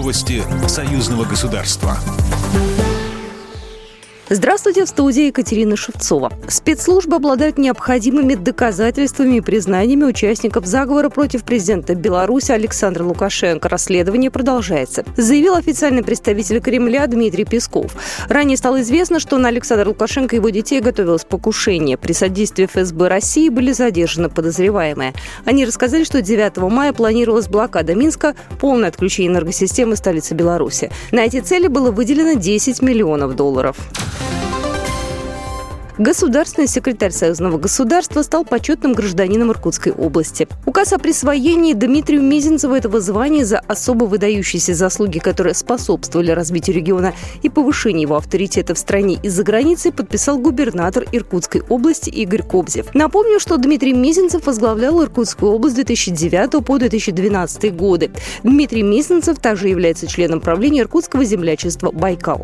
Новости союзного государства. Здравствуйте, в студии Екатерина Шевцова. Спецслужбы обладают необходимыми доказательствами и признаниями участников заговора против президента Беларуси Александра Лукашенко. Расследование продолжается, заявил официальный представитель Кремля Дмитрий Песков. Ранее стало известно, что на Александра Лукашенко и его детей готовилось покушение. При содействии ФСБ России были задержаны подозреваемые. Они рассказали, что 9 мая планировалась блокада Минска, полное отключение энергосистемы столицы Беларуси. На эти цели было выделено $10 миллионов. Государственный секретарь Союзного государства стал почетным гражданином Иркутской области. Указ о присвоении Дмитрию Мезенцеву этого звания за особо выдающиеся заслуги, которые способствовали развитию региона и повышению его авторитета в стране и за границей, подписал губернатор Иркутской области Игорь Кобзев. Напомню, что Дмитрий Мезенцев возглавлял Иркутскую область с 2009 по 2012 годы. Дмитрий Мезенцев также является членом правления Иркутского землячества «Байкал».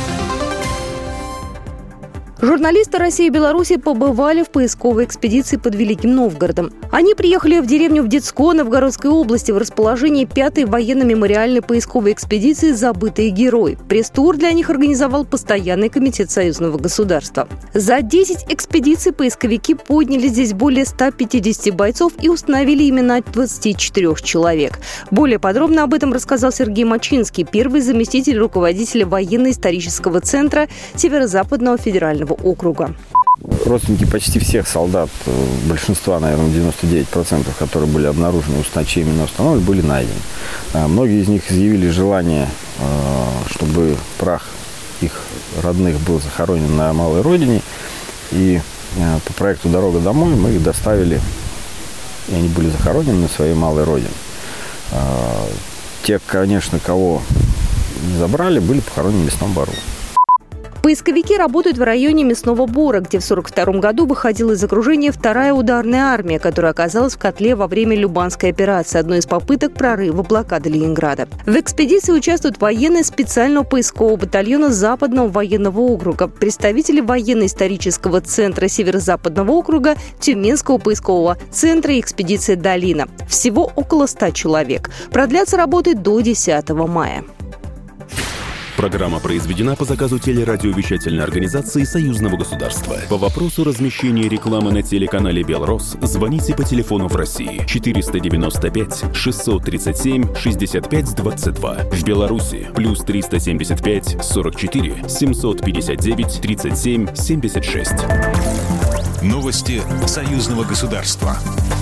Журналисты России и Беларуси побывали в поисковой экспедиции под Великим Новгородом. Они приехали в деревню в Вдицко Новгородской области в расположении 5-й военно-мемориальной поисковой экспедиции «Забытые герои». Пресс-тур для них организовал Постоянный комитет союзного государства. За 10 экспедиций поисковики подняли здесь более 150 бойцов и установили имена 24 человек. Более подробно об этом рассказал Сергей Мачинский, первый заместитель руководителя военно-исторического центра Северо-Западного федерального округа. Родственники почти всех солдат, большинства, наверное, 99%, которые были обнаружены у чьи имена установлены, были найдены. Многие из них изъявили желание, чтобы прах их родных был захоронен на малой родине. И по проекту «Дорога домой» мы их доставили, и они были захоронены на своей малой родине. Те, конечно, кого не забрали, были похоронены в Мясном Бору. Поисковики работают в районе Мясного Бора, где в 1942 году выходила из окружения 2-я ударная армия, которая оказалась в котле во время Любанской операции, одной из попыток прорыва блокады Ленинграда. В экспедиции участвуют военные специального поискового батальона Западного военного округа, представители военно-исторического центра Северо-Западного округа, Тюменского поискового центра и экспедиция «Долина». Всего около 100 человек. Продлятся работы до 10 мая. Программа произведена по заказу телерадиовещательной организации Союзного государства. По вопросу размещения рекламы на телеканале «Белрос» звоните по телефону в России 495 637 65 22. В Беларуси + 375 44 759 37 76. Новости союзного государства.